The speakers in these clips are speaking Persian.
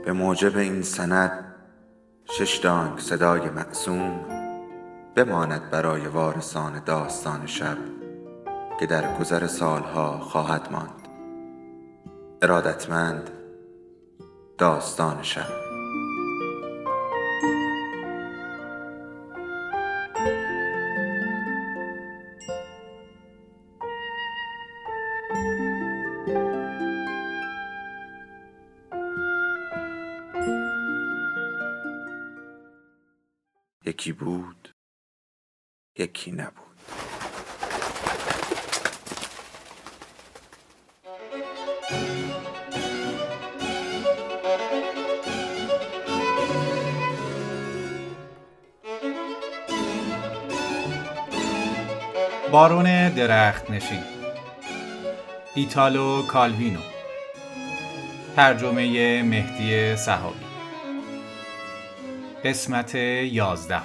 به موجب این سند 6 دانگ صدای معصوم بماند برای وارثان داستان شب که در گذر سالها خواهد ماند. ارادتمند، داستان شب. یکی بود، یکی نبود. بارون درخت نشین، ایتالو کالوینو. ترجمه مهدی سحابی. قسمت 11.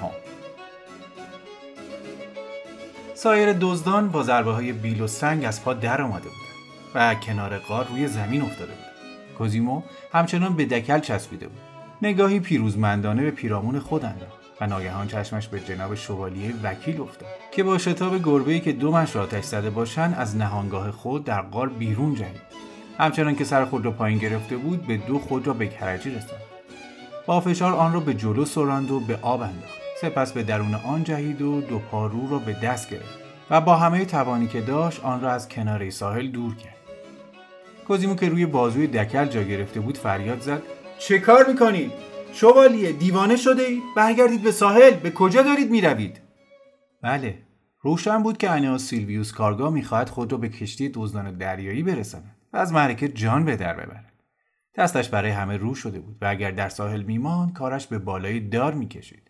سایر دزدان با ضربه‌های بیل و سنگ از پا در آمده بودند و کنار غار روی زمین افتاده بودند. کوزیمو همچنان به دکل چسبیده بود. نگاهی پیروزمندانه به پیرامون خود انداخت و ناگهان چشمش به جناب شوالیه وکیل افتاد که با شتاب گربه‌ای که دمش را آتش زده باشند از نهانگاه خود در غار بیرون جهید. همچنان که سر خود را پایین گرفته بود به 2 خود را به کرجی رساند. با فشار آن را به جلو سراند و به آب انداخت. سپس به درون آن جهید و 2 پارو را به دست گرفت و با همه توانی که داشت آن را از کناره ساحل دور کرد. کوزیمو که روی بازوی دکل جا گرفته بود فریاد زد: چه کار میکنید؟ شوالیه، دیوانه شده اید؟ برگردید به ساحل. به کجا دارید میروید؟ بله، روشن بود که انیاس سیلویوس کارگا میخواهد خود را به کشتی دزدان دریایی برساند و از معرکه جان به در ببرد. دستش برای همه رو شده بود و اگر در ساحل میماند کارش به بالای دار میکشید.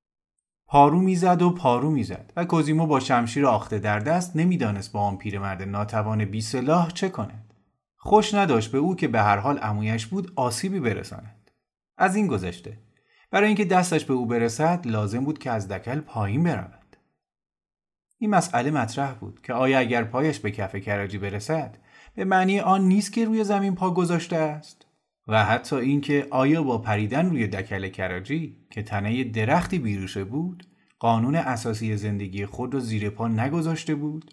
پارو میزد و پارو میزد و کوزیمو با شمشیر آخته در دست نمیدانست با آن پیرمرد ناتوان بی سلاح چه کند. خوش نداشت به او که به هر حال عمویش بود آسیبی برساند. از این گذشته برای اینکه دستش به او برسد لازم بود که از دکل پایین برود. این مسئله مطرح بود که آیا اگر پایش به کف کرجی برسد به معنی آن نیست که روی زمین پا گذاشته است؟ و حتی اینکه آیا با پریدن روی دکل کرجی که تنه درختی بیروشه بود قانون اساسی زندگی خود را زیر پا نگذاشته بود؟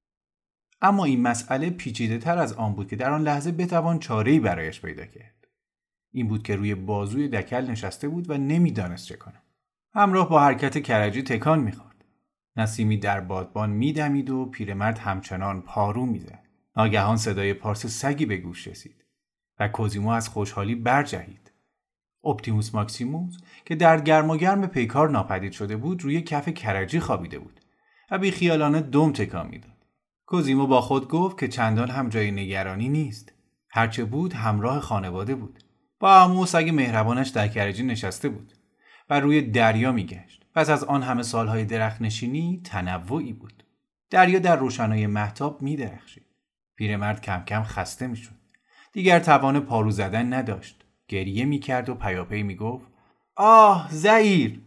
اما این مسئله پیچیده تر از آن بود که در آن لحظه بتوان چاره‌ای برایش پیدا کرد. این بود که روی بازوی دکل نشسته بود و نمیدانست چه کند. همراه با حرکت کرجی تکان می‌خورد. نسیمی در بادبان می‌دمید و پیرمرد همچنان پارو می‌زد. ناگهان صدای پارس سگی به گوش رسید و کوزیمو از خوشحالی برجهید. اپتیموس ماکسیموس که در گرم و گرم پیکار ناپدید شده بود روی کف کرجی خوابیده بود و بی خیالانه دم تکان میداد. کوزیمو با خود گفت که چندان هم جای نگرانی نیست. هرچه بود همراه خانواده بود. با عمو و سگ مهربانش در کرجی نشسته بود و روی دریا میگشت. پس از آن همه سالهای درخت نشینی تنوعی بود. دریا در روشنایی مهتاب میدرخشید. پیرمرد کم کم خسته میشد. دیگر توان پارو زدن نداشت. گریه میکرد و پیاپی میگفت: آه زئیر!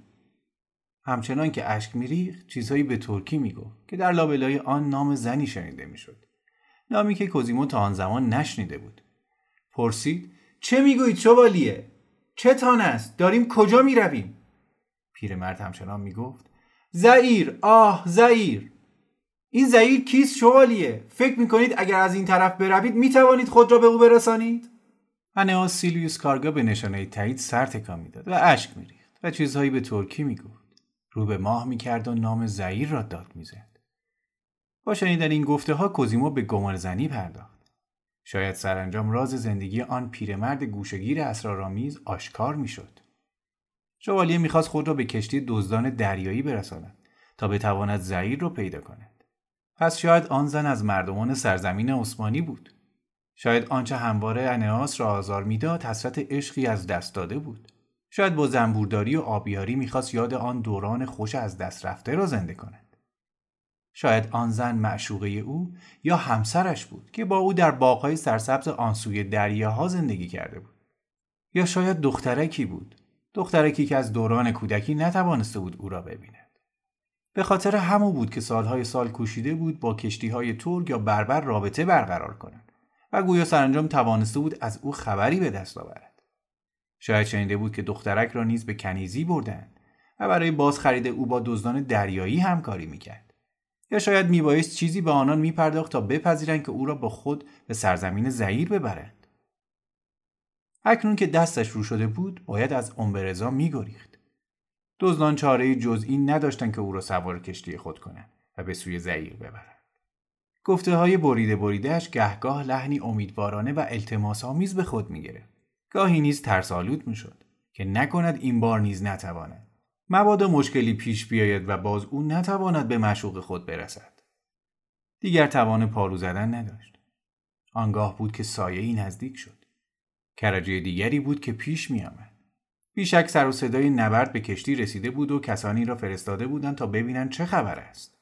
همچنان که اشک میریخت چیزهایی به ترکی میگفت که در لابلای آن نام زنی شنیده میشد. نامی که کوزیمو تا آن زمان نشنیده بود. پرسید: چه میگویید شوالیه؟ چه تان است؟ داریم کجا میرویم؟ پیرمرد همچنان میگفت: زئیر! آه زئیر! این زئیر کیست شوالیه؟ فکر میکنید اگر از این طرف بروید میتوانید خود را به او برسانید؟ انیاس سیلویوس کارگا به نشانه تایید سر تکان میداد و اشک میریخت و چیزهایی به ترکی میگفت. رو به ماه میکرد و نام زئیر را داد میزد. با شنیدن این گفته ها کوزیمو به گمان زنی پرداخت. شاید سرانجام راز زندگی آن پیرمرد گوشه‌گیر اسرارآمیز آشکار میشد. شوالیه میخواست خود را به کشتی دزدان دریایی برساند تا بتواند زئیر را پیدا کند. پس شاید آن زن از مردمان سرزمین عثمانی بود. شاید آنچه همواره انیاس را آزار میداد حسرت عشقی از دست داده بود. شاید با زنبورداری و آبیاری میخواست یاد آن دوران خوش از دست رفته را زنده کند. شاید آن زن معشوقه او یا همسرش بود که با او در باغ‌های سرسبز آن سوی دریاها زندگی کرده بود. یا شاید دخترکی بود. دخترکی که از دوران کودکی نتوانسته بود او را ببیند. به خاطر همو بود که سالهای سال کوشیده بود با کشتی‌های ترک یا بربر رابطه برقرار کند و گویا سرانجام توانسته بود از او خبری به دست آورد. شاید شنیده بود که دخترک را نیز به کنیزی بردند و برای باز خرید او با دزدان دریایی همکاری میکرد. یا شاید میبایست چیزی به آنان میپرداخت تا بپذیرند که او را با خود به سرزمین زئیر ببرند. اکنون که دستش رو شده بود باید از امبرزا میگریخت. دزدان چاره‌ای جز این نداشتند که او را سوار کشتی خود کنند و به سوی زئیر ببرند. گفته‌های بریده‌اش گهگاه لحنی امیدوارانه و التماس‌آمیز به خود می‌گرفت. گاهی نیز ترس‌آلود می‌شد که نکند این بار نیز نتواند. مبادا مشکلی پیش بیاید و باز او نتواند به معشوق خود برسد. دیگر توان پارو زدن نداشت. آنگاه بود که سایه‌ای نزدیک شد. کرجی دیگری بود که پیش می‌آمد. بیشک سر و صدای نبرد به کشتی رسیده بود و کسانی را فرستاده بودند تا ببینند چه خبر است.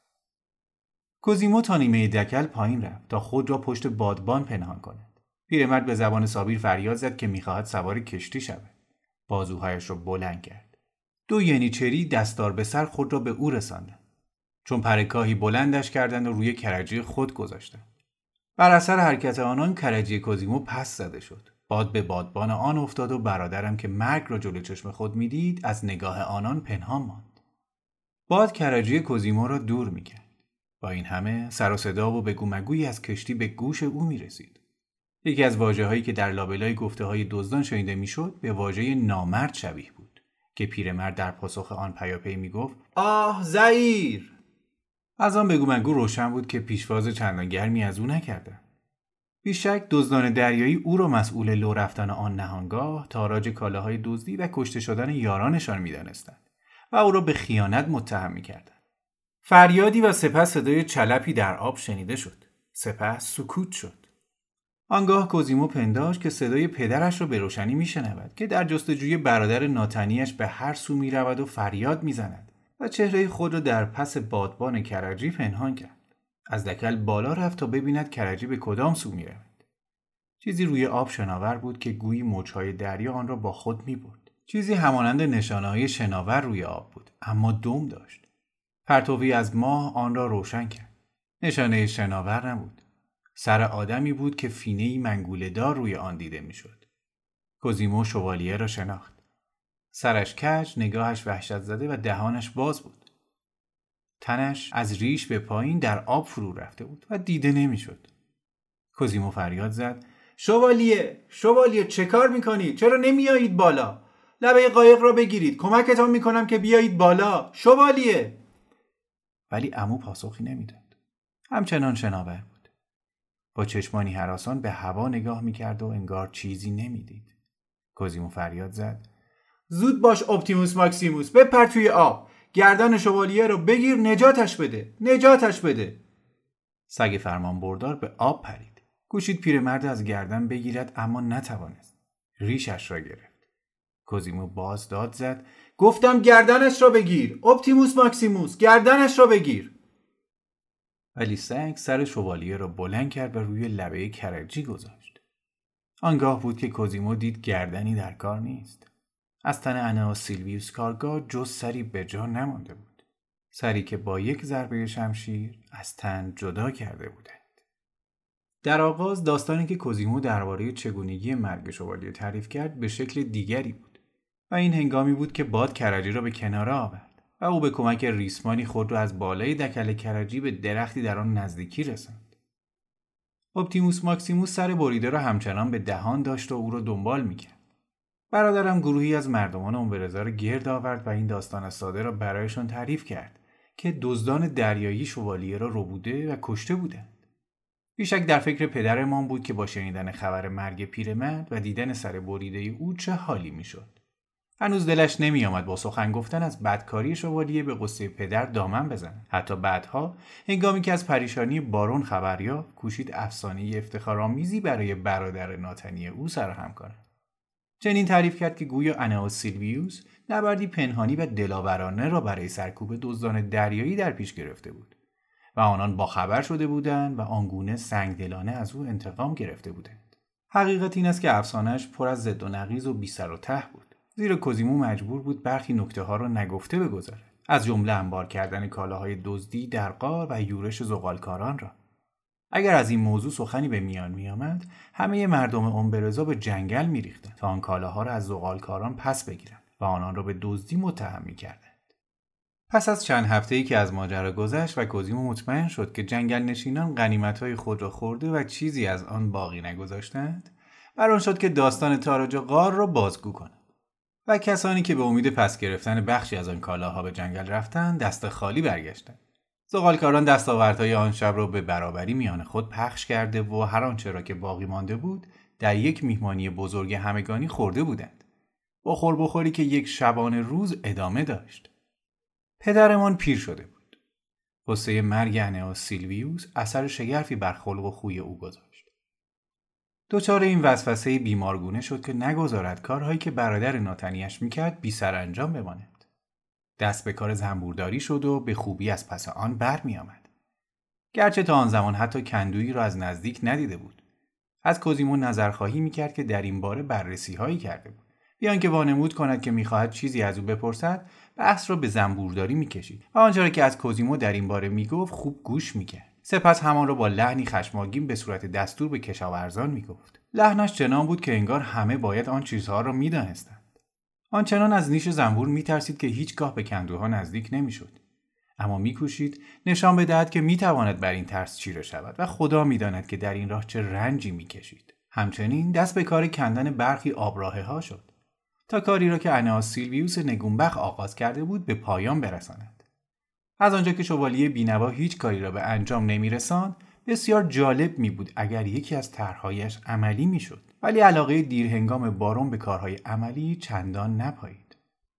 کوزیمو تا نیمه دکل پایین رفت تا خود را پشت بادبان پنهان کند. پیرمرد به زبان سابیر فریاد زد که می‌خواهد سوار کشتی شود. بازوهایش را بلند کرد. 2 ینیچری دستار به سر خود را به او رساندند. چون پرکاهی بلندش کردند و روی کرجی خود گذاشتند. بر اثر حرکت آنان کرجی کوزیمو پس زده شد. باد به بادبان آن افتاد و برادرم که مرگ را جلوی چشم خود می‌دید از نگاه آنان پنهان ماند. باد کرجی کوزیمو را دور می‌کرد. با این همه سر و صدا و بگو مگویی از کشتی به گوش او می‌رسید. یکی از واژه‌هایی که در لابلای گفته‌های دزدان شنیده می‌شد به واژه نامرد شبیه بود که پیرمرد در پاسخ آن پیاپی می‌گفت آه زئیر. از آن بگو مگو روشن بود که پیشواز چندان گرمی از او نکردند. بیشک دزدان دریایی او را مسئول لو رفتن آن نهانگاه، تاراج کالاهای دزدی و کشته شدن یارانشان می‌دانستند و او را به خیانت متهم می‌کردند. فریادی و سپس صدای چلپی در آب شنیده شد. سپس سکوت شد. آنگاه کوزیمو پنداشت که صدای پدرش را به روشنی میشنود که در جستجوی برادر ناتنیش به هر سو میرود و فریاد میزند و چهره خود را در پس بادبان کرجی پنهان کرد. از دکل بالا رفت تا ببیند کرجی به کدام سو میرود. چیزی روی آب شناور بود که گویی موجهای دریا آن را با خود میبرد. چیزی همانند نشانه‌های شناور روی آب بود، اما دم داشت. پرتوی از ماه آن را روشن کرد. نشانه شناور نبود. سر آدمی بود که فینه‌ای منگوله‌دار روی آن دیده میشد. کوزیمو شوالیه را شناخت. سرش کج، نگاهش وحشت زده و دهانش باز بود. تنش از ریش به پایین در آب فرو رفته بود و دیده نمیشد. کوزیمو فریاد زد: شوالیه چه کار میکنید؟ چرا نمیایید بالا؟ لبه قایق را بگیرید، کمکتان میکنم که بیایید بالا. شوالیه! ولی عمو پاسخی نمیداد. همچنان شناور بود. با چشمانی هراسان به هوا نگاه میکرد و انگار چیزی نمیدید. کوزیمو فریاد زد: زود باش اپتیموس ماکسیموس، بپر توی آب. گردن شوالیه رو بگیر، نجاتش بده. سگ فرمان بردار به آب پرید. کوشید پیرمرد از گردن بگیرد اما نتوانست. ریشش را گرفت. کوزیمو باز داد زد: گفتم گردنش را بگیر، اپتیموس ماکسیموس، گردنش را بگیر. ولی سگ سر شوالیه را بلند کرد و روی لبه کرجی گذاشت. آنگاه بود که کوزیمو دید گردنی در کار نیست. از تن انئوس سیلویوس کارگاه جز سری به جا نمانده بود. سری که با یک ضربه شمشیر از تن جدا کرده بودند. در آغاز داستانی که کوزیمو درباره چگونگی مرگ شوالیه تعریف کرد به شکل دیگری بود و این هنگامی بود که باد کرجی را به کناره آورد و او به کمک ریسمانی خود را از بالای دکل کرجی به درختی در آن نزدیکی رساند. اپتیموس ماکسیموس سر بریده را همچنان به دهان داشت و او را دنبال می‌کرد. برادرم گروهی از مردمان امبرزا را گرد آورد و این داستان ساده را برایشان تعریف کرد که دزدان دریایی شوالیه را ربوده و کشته بودند. بیشک در فکر پدرمان بود که با شنیدن خبر مرگ پیرمرد و دیدن سر بریده او چه حالی میشد. هنوز دلش نمی آمد با سخن گفتن از بدکاری شوالیه به غصه پدر دامن بزند. حتی بعدها هنگامی که از پریشانی بارون خبر یافت، کوشید افسانه افتخارآمیزی برای برادر ناتنی او سرهم کند. چنین تعریف کرد که گویا انئوس سیلویوس نبردی پنهانی و دلاورانه را برای سرکوب دزدان دریایی در پیش گرفته بود و آنان با خبر شده بودند و آنگونه سنگدلانه از او انتقام گرفته بودند. حقیقت این است که افسانه‌اش پر از ضد و نقیض و بی سر و ته بود، زیرا کوزیمو مجبور بود برخی نکته‌ها را نگفته بگذارد، از جمله انبار کردن کالاهای دزدی در غار و یورش زغالکاران را. اگر از این موضوع سخنی به میان می آمد، همه مردم امبرزا به جنگل می ریختند تا آن کالاها را از زغالکاران پس بگیرند و آنان را به دزدی متهم می کردند. پس از چند هفته‌ای که از ماجرا گذشت و کوزیمو مطمئن شد که جنگل نشینان غنیمت‌های خود را خورده و چیزی از آن باقی نگذاشتند، بر آن شد که داستان تاراج غار را بازگو کند. و کسانی که به امید پس گرفتن بخشی از آن کالاها به جنگل رفتند، دست خالی برگشتند. زغالکاران دستاوردهای آن شب را به برابری میان خود پخش کرده و هر آنچه را که باقی مانده بود در یک میهمانی بزرگ همگانی خورده بودند. بخور بخوری که یک شبانه روز ادامه داشت. پدرمان پیر شده بود. قصه مرگ انئاس سیلویوس اثر شگرفی بر خلق و خوی او گذاشت. دچار این وسوسه بیمارگونه شد که نگذارد کارهایی که برادر ناتنیش میکرد بی سر انجام بماند. دست به کار زنبورداری شد و به خوبی از پس آن بر می آمد. گرچه تا آن زمان حتی کندویی را از نزدیک ندیده بود. از کوزیمو نظرخواهی میکرد که در این باره بررسی هایی کرده بود. بیان که وانمود کند که میخواهد چیزی از او بپرسد، بحث را به زنبورداری میکشید و آنچه را که از کوزیمو در این باره میگفت خوب گوش میکرد. سپس همان را با لحنی خشمگین به صورت دستور به کشاورزان میگفت. لحنش چنان بود که انگار همه باید آن چیزها را میدانستند. آنچنان از نیش زنبور میترسید که هیچگاه به کندوها نزدیک نمیشد. اما میکوشید نشان بدهد که میتواند بر این ترس چیره شود و خدا میداند که در این راه چه رنجی میکشید. همچنین دست به کار کندن برخی آبراهه‌ها شد تا کاری را که انئاس سیلویوس نگونبخت آغاز کرده بود به پایان برساند. از آنجا که شوالیه بینوا هیچ کاری را به انجام نمیرساند، بسیار جالب می بود اگر یکی از طرح‌هایش عملی میشد. ولی علاقه دیرهنگام بارون به کارهای عملی چندان نپایید.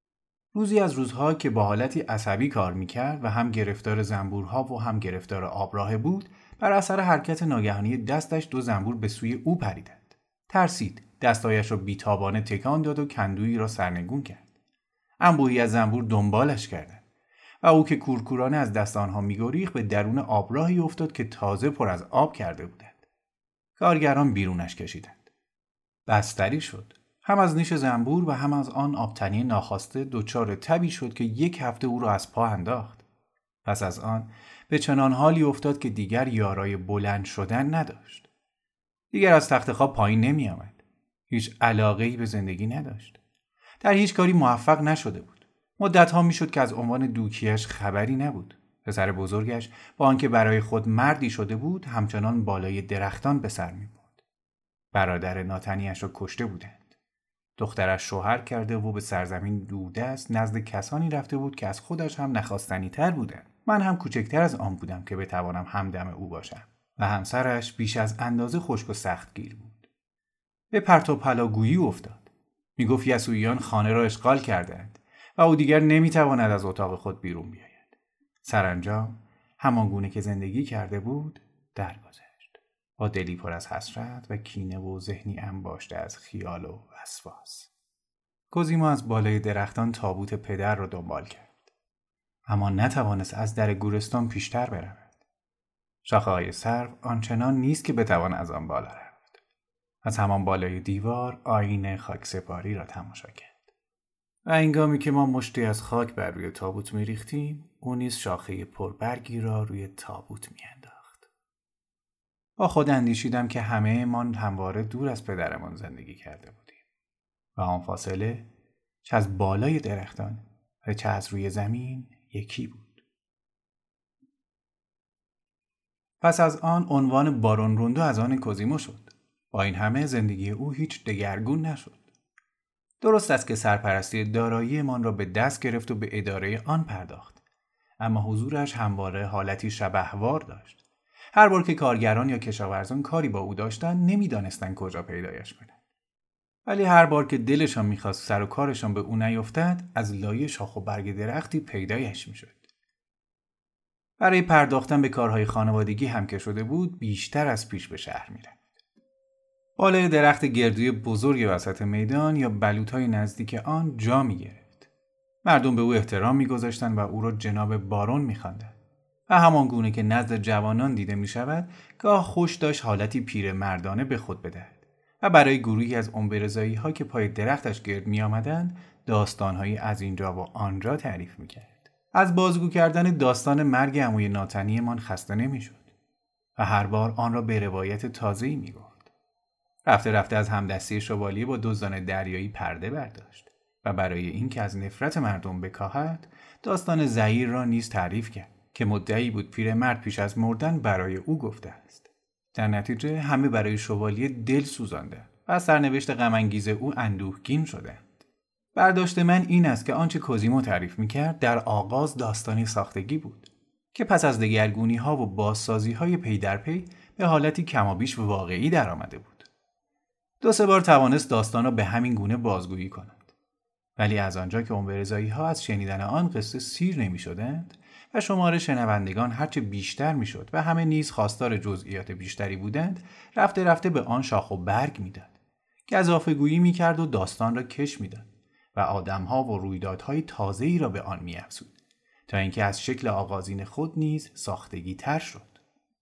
روزی از روزها که با حالتی عصبی کار میکرد و هم گرفتار زنبورها و هم گرفتار آبراهه بود، بر اثر حرکت ناگهانی دستش 2 زنبور به سوی او پریدند. ترسید، دستایش را بیتابانه تکان داد و کندویی را سرنگون کرد. انبوهی از زنبور دنبالش کردند و او که کورکورانه از دست آنها می‌گریخت به درون آبراهی افتاد که تازه پر از آب کرده بودند. کارگران بیرونش کشیدند. بستری شد. هم از نیش زنبور و هم از آن آبتنی ناخواسته دچار تبی شد که 1 هفته او را از پا انداخت. پس از آن به چنان حالی افتاد که دیگر یارای بلند شدن نداشت. دیگر از تخت خواب پایین نمی آمد. هیچ علاقه‌ای به زندگی نداشت. در هیچ کاری موفق نشده بود. مدت‌ها میشد که از عنوان دوکیش خبری نبود. پسر بزرگش با آنکه برای خود مردی شده بود، همچنان بالای درختان به سر می‌برد. برادر ناتنیش را کشته بودند. دخترش شوهر کرده و به سرزمین دوردست نزد کسانی رفته بود که از خودش هم نخواستنی‌تر بودند. من هم کوچکتر از آن بودم که بتوانم همدم او باشم. و همسرش بیش از اندازه خشک و سختگیر بود. به پرت و پلاگویی افتاد. میگفت یسوعیان خانه را اشغال کردند و او دیگر نمیتواند از اتاق خود بیرون بیاید. سرانجام همان گونه که زندگی کرده بود درگذشت، با دلی پر از حسرت و کینه و ذهنی انباشته از خیال و وسواس. کوزیمو از بالای درختان تابوت پدر را دنبال کرد، اما نتوانست از در گورستان پیشتر برود. شاخه‌های سرو آنچنان نیست که بتوان از آن بالا رفت. از همان بالای دیوار آیین خاکسپاری را تماشا کرد. و هنگامی که ما مشتی از خاک بر روی تابوت می‌ریختیم، او نیز شاخه پربرگی را روی تابوت می‌انداخت. با خود اندیشیدم که همه‌مان همواره دور از پدرمان زندگی کرده بودیم و آن فاصله چه از بالای درختان و چه از روی زمین یکی بود. پس از آن عنوان بارون روندو از آن کوزیمو شد. با این همه زندگی او هیچ دگرگون نشد. درست است که سرپرستی دارایی‌مان را به دست گرفت و به اداره آن پرداخت، اما حضورش همواره حالتی شبحوار داشت. هر بار که کارگران یا کشاورزان کاری با او داشتند نمی‌دانستند کجا پیدایش کنند. ولی هر بار که دلشان می‌خواست سر و کارشان به او نیفتد، از لایه شاخ و برگ درختی پیدایش می‌شد. برای پرداختن به کارهای خانوادگی هم که شده بود، بیشتر از پیش به شهر می‌رفت. بالای درخت گردوی بزرگ وسط میدان یا بلوط‌های نزدیک آن جا می‌گرفت. مردم به او احترام می‌گذاشتند و او را جناب بارون می‌خواندند. و همان گونه که نزد جوانان دیده می‌شود، گاه خوش داشت حالتی پیرمردانه به خود بدهد و برای گروهی از امبرزایی‌ها که پای درختش گرد می‌آمدند، داستان‌هایی از اینجا و آنجا تعریف می‌کرد. از بازگو کردن داستان مرگ عموی ناتنی‌مان خسته نمی‌شد. و هر بار آن را به روایت تازه‌ای می‌گفت. رفته رفته از همدستی شوالیه با دزدان دریایی پرده برداشت و برای اینکه از نفرت مردم بکاهد داستان زهیر را نیز تعریف کرد که مدعی بود پیرمرد پیش از مردن برای او گفته است. در نتیجه همه برای شوالیه دل سوزاندند و از سرنوشت غم‌انگیز او اندوهگین شدند. برداشت من این است که آنچه کوزیمو تعریف می‌کرد در آغاز داستانی ساختگی بود که پس از دگرگونی‌ها و بازسازی‌های پی در پی به حالتی کمابیش واقعی درآمده بود. 2-3 بار توانست داستان را به همین گونه بازگویی کند. ولی از آنجا که عمررضایی‌ها از شنیدن آن قصه سیر نمی‌شدند و شمار شنوندگان هرچه بیشتر می‌شد و همه نیز خواستار جزئیات بیشتری بودند، رفته رفته به آن شاخ و برگ می‌داد. گزافه‌گویی می‌کرد و داستان را کش می‌داد و آدم‌ها و رویدادهای تازه‌ای را به آن می‌افزود تا اینکه از شکل آغازین خود نیز ساختگی‌تر شد.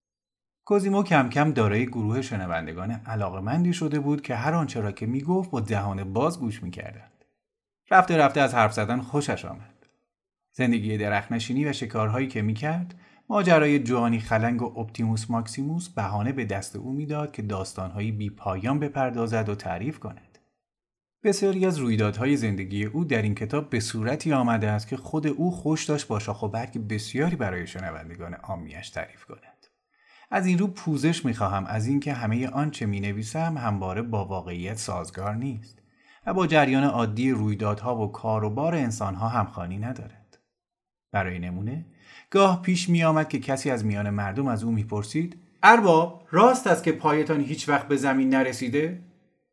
کوزیمو کم کم دارای گروه شنوندگان علاقه‌مندی شده بود که هر آنچه را که می‌گفت با دهان باز گوش می‌کردند. رفته رفته از حرف زدن خوشش آمد. زندگی درخت‌نشینی و شکارهایی که می‌کرد، ماجرای جوانی خلنگ و اپتیموس ماکسیموس بهانه به دست او می‌داد که داستان‌های بی‌پایان بپردازد و تعریف کند. بسیاری از رویدادهای زندگی او در این کتاب به صورتی آمده است که خود او خوش داشت با شاخ و برگ بسیاری برای شنوندگان عامیش تعریف کند. از این رو پوزش می‌خواهم از اینکه همه آنچه می‌نویسم همواره با واقعیت سازگار نیست و با جریان عادی رویدادها و کار و بار انسان‌ها همخوانی ندارد. برای نمونه، گاه پیش می‌آمد که کسی از میان مردم از او می‌پرسید: ارباب، راست است که پایتان هیچ وقت به زمین نرسیده؟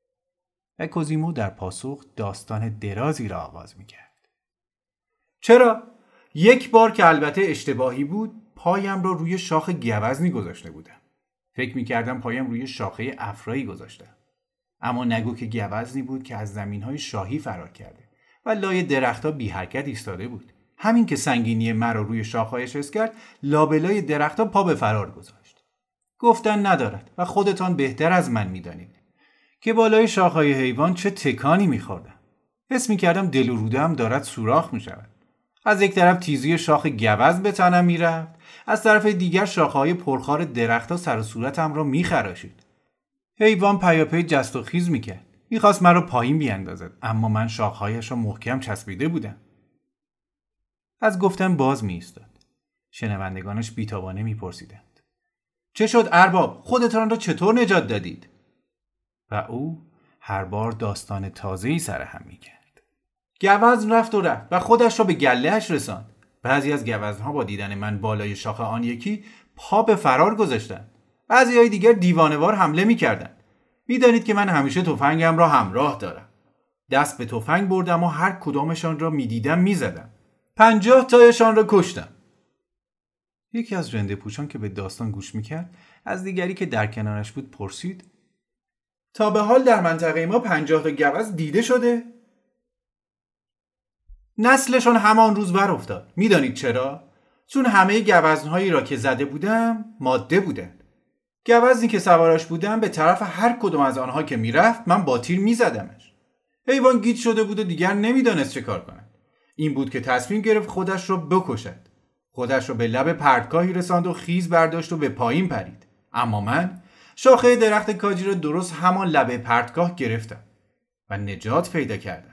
و کوزیمو در پاسخ داستان درازی را آغاز می‌کرد. چرا؟ یک بار که البته اشتباهی بود، پایم را روی شاخ گوزنی گذاشته بودم. فکر می‌کردم پایم روی شاخه افرایی گذاشتم. اما نگو که گوزنی بود که از زمین‌های شاهی فرار کرده و لای درخت‌ها بی حرکت ایستاده بود. همین که سنگینی مرا روی شاخه‌اش حس کرد، لابلای درخت‌ها پا به فرار گذاشت. گفتن ندارد و خودتان بهتر از من می‌دانید که بالای شاخه‌های حیوان چه تکانی می‌خوردم. حس می‌کردم دل و روده‌ام دارد سوراخ می‌شود. از یک طرف تیزی شاخ گوزن به تنم می‌رفت، از طرف دیگر شاخه‌های پرخار درخت‌ها سر و صورتم را می‌خراشید. حیوان پیاپی جست و خیز می‌کرد. می‌خواست مرا پایین بیاندازد، اما من شاخه‌هایش را محکم چسبیده بودم. از گفتن باز می‌ایستاد. شنوندگانش بی‌تابانه می‌پرسیدند: چه شد ارباب؟ خودتان را چطور نجات دادید؟ و او هر بار داستان تازه‌ای سرهم می‌کرد. گوزن رفت و خودش را به گله‌اش رساند. بعضی از گوزن‌ها با دیدن من بالای شاخه آن یکی پا به فرار گذاشتند. بعضی‌های دیگر دیوانه‌وار حمله می‌کردند. می‌دانید که من همیشه تفنگم را همراه دارم. دست به تفنگ بردم و هر کدامشان را می‌دیدم می‌زدم. 50 تایشان را کشتم. یکی از رنده پوشان که به داستان گوش می‌کرد از دیگری که در کنارش بود پرسید: تا به حال در منطقه ما 50 تا گوزن دیده شده؟ نسلشان همان روز بر افتاد. میدانید چرا؟ چون همه گوزنهایی را که زده بودم ماده بودند. گوزنی که سوارش بودم به طرف هر کدوم از آنها که میرفت من با تیر میزدمش. حیوان گیج شده بود و دیگر نمیدانست چه کار کند. این بود که تصمیم گرفت خودش را بکشد. خودش را به لب پرتگاهی رساند و خیز برداشت و به پایین پرید. اما من شاخه درخت کاجی را درست همان لبه پرتگاه گرفتم و نجات پیدا کردم.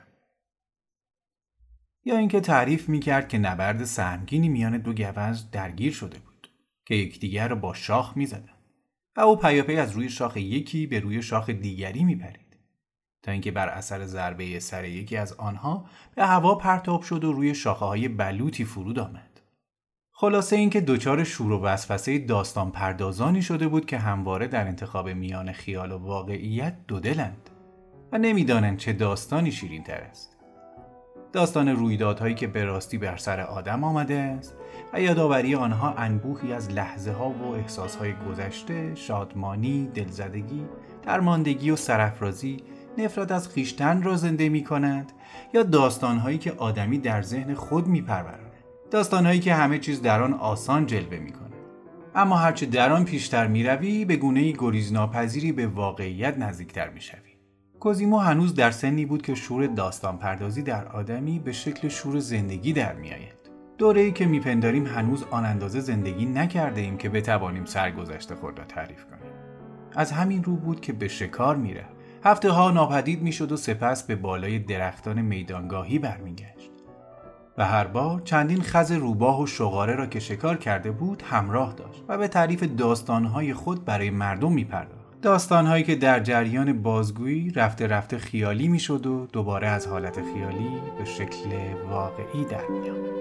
یا اینکه تعریف میکرد که نبرد سهمگینی میان دو گوزن درگیر شده بود که یکدیگر را با شاخ میزدند و او پیاپی از روی شاخ یکی به روی شاخ دیگری میپرید تا اینکه بر اثر ضربه سر یکی از آنها به هوا پرتاب شد و روی شاخه‌های بلوطی فرود آمد. خلاصه اینکه دچار شور و وسوسه داستان پردازانی شده بود که همواره در انتخاب میان خیال و واقعیت دودلند و نمیدانند چه داستانی شیرین تر است. داستان رویدادهایی که به راستی بر سر آدم آمده است و یادآوری آنها انبوهی از لحظه ها و احساس های گذشته، شادمانی، دلزدگی، درماندگی و سرافرازی، نفرت از خویشتن را زنده می کند، یا داستانهایی که آدمی در ذهن خود می پرورد. داستانهایی که همه چیز در آن آسان جلوه می کند. اما هرچه در آن پیشتر می روی به گونه‌ای گریزناپذیری به واقعیت نزدیکتر می شوی. کوزیمو هنوز در سنی بود که شور داستان پردازی در آدمی به شکل شور زندگی در می آید. دوره‌ای که میپنداریم هنوز آن اندازه زندگی نکرده ایم که بتوانیم سرگذشت خود را تعریف کنیم. از همین رو بود که به شکار میرفت. هفته‌ها ناپدید میشد و سپس به بالای درختان میدانگاهی برمیگشت. و هر بار چندین خز روباه و شغاره را که شکار کرده بود همراه داشت و به تعریف داستانهای خود برای مردم میپرداخت. داستانهایی که در جریان بازگویی رفته رفته خیالی میشد و دوباره از حالت خیالی به شکل واقعی در میآمد.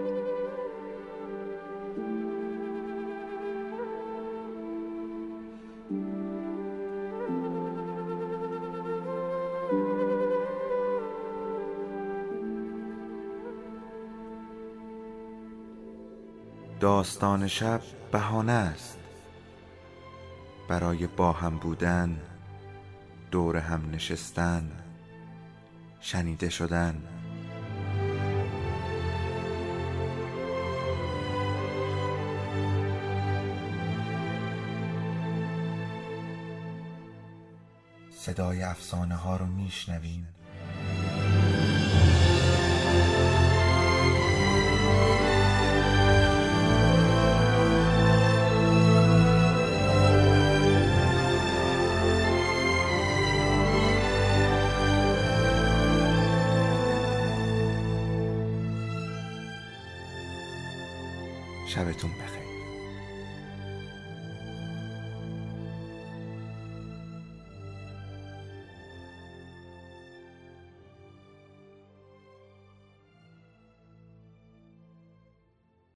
داستان شب بهانه است برای با هم بودن، دور هم نشستن، شنیده شدن. صدای افسانه ها رو میشنویم. شبتون بخیر.